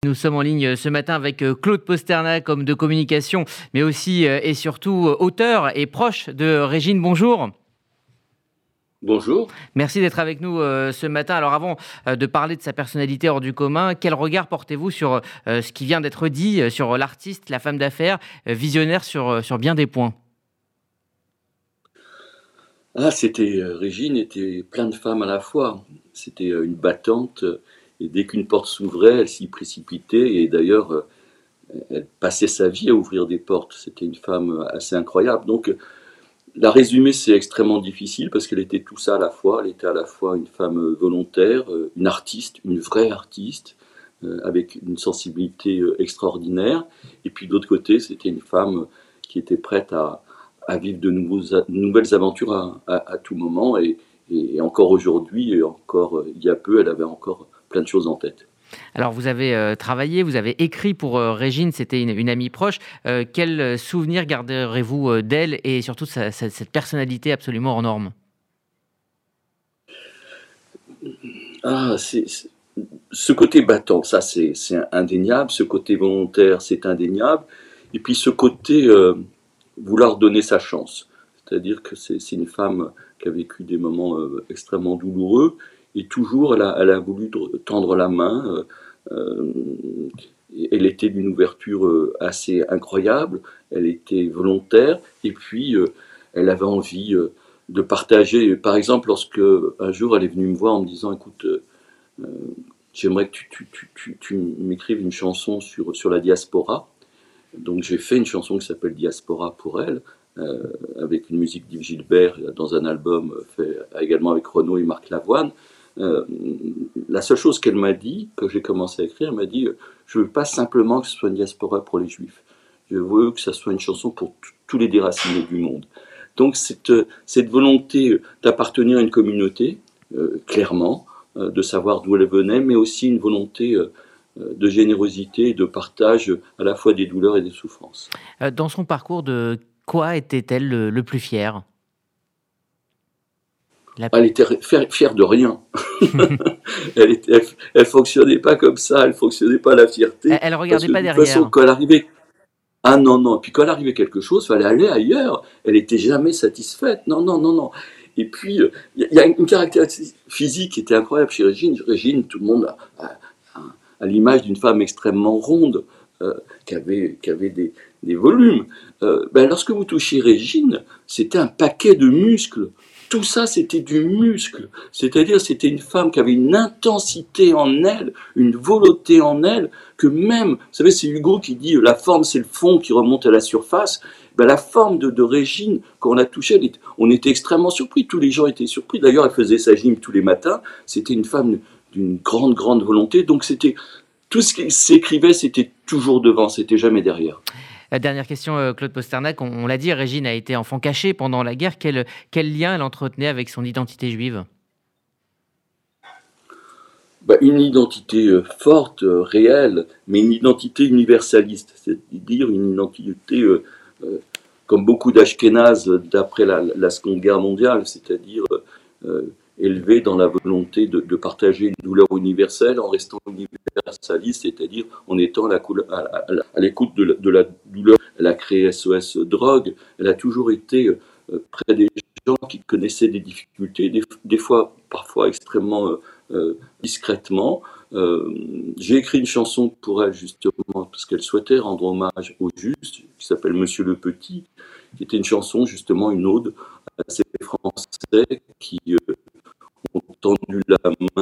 Nous sommes en ligne ce matin avec Claude Pasternak, homme de communication, mais aussi et surtout auteur et proche de Régine. Bonjour. Bonjour. Merci d'être avec nous ce matin. Alors avant de parler de sa personnalité hors du commun, quel regard portez-vous sur ce qui vient d'être dit, sur l'artiste, la femme d'affaires, visionnaire sur bien des points? Régine était plein de femmes à la fois. C'était une battante, et dès qu'une porte s'ouvrait, elle s'y précipitait, et d'ailleurs, elle passait sa vie à ouvrir des portes. C'était une femme assez incroyable. Donc, la résumer, c'est extrêmement difficile parce qu'elle était tout ça à la fois. Elle était à la fois une femme volontaire, une artiste, une vraie artiste, avec une sensibilité extraordinaire. Et puis, de l'autre côté, c'était une femme qui était prête à vivre de nouvelles aventures à tout moment. Et encore aujourd'hui, et encore il y a peu, elle avait encore plein de choses en tête. Alors vous avez travaillé, vous avez écrit pour Régine, c'était une amie proche. Quel souvenir garderez-vous d'elle et surtout de cette personnalité absolument hors norme? Ah, ce côté battant, ça c'est indéniable. Ce côté volontaire, c'est indéniable. Et puis ce côté vouloir donner sa chance. C'est-à-dire que c'est une femme qui a vécu des moments extrêmement douloureux et toujours elle a voulu tendre la main. Euh, Elle était d'une ouverture assez incroyable. Elle était volontaire et puis elle avait envie de partager. Par exemple, lorsque un jour elle est venue me voir en me disant, écoute, j'aimerais que tu m'écrives une chanson sur la diaspora. Donc j'ai fait une chanson qui s'appelle Diaspora pour elle, avec une musique d'Yves Gilbert dans un album fait également avec Renaud et Marc Lavoine. Euh, la seule chose qu'elle m'a dit, que j'ai commencé à écrire, elle m'a dit je veux pas simplement que ce soit une diaspora pour les juifs, je veux que ce soit une chanson pour tous les déracinés du monde. Donc cette volonté d'appartenir à une communauté, clairement, de savoir d'où elle venait, mais aussi une volonté de générosité et de partage à la fois des douleurs et des souffrances. Dans son parcours, de quoi était-elle le plus fière? La Elle était fière de rien. Elle fonctionnait pas comme ça, elle fonctionnait pas à la fierté, Elle parce regardait que de pas toute façon, derrière. quand elle arrivait, ah non, non, et puis quand elle arrivait quelque chose, il fallait aller ailleurs. Elle était jamais satisfaite. Non, non, non, non. Et puis, il y a une caractéristique physique qui était incroyable chez Régine. Régine, tout le monde a l'image d'une femme extrêmement ronde, qui avait des volumes. Lorsque vous touchiez Régine, c'était un paquet de muscles. Tout ça, c'était du muscle. C'est-à-dire, c'était une femme qui avait une intensité en elle, une volonté en elle, que même, vous savez, c'est Hugo qui dit la forme, c'est le fond qui remonte à la surface. La forme de Régine, quand on l'a touchée, on était extrêmement surpris. Tous les gens étaient surpris. D'ailleurs, elle faisait sa gym tous les matins. C'était une femme d'une grande, grande volonté. Donc, c'était tout ce qui s'écrivait, c'était toujours devant, c'était jamais derrière. Dernière question, Claude Pasternak, on l'a dit, Régine a été enfant caché pendant la guerre. Quel lien elle entretenait avec son identité juive? Une identité forte, réelle, mais une identité universaliste, c'est-à-dire une identité comme beaucoup d'Ashkénazes d'après la Seconde Guerre mondiale, c'est-à-dire élevée dans la volonté de partager une douleur universelle en restant universaliste, c'est-à-dire en étant à l'écoute de la douleur. Elle a créé SOS Drogue, elle a toujours été près des gens qui connaissaient des difficultés, des fois, parfois extrêmement discrètement. J'ai écrit une chanson pour elle justement parce qu'elle souhaitait rendre hommage au juste, qui s'appelle Monsieur le Petit, qui était une chanson justement, une ode à ces Français qui ont tendu la main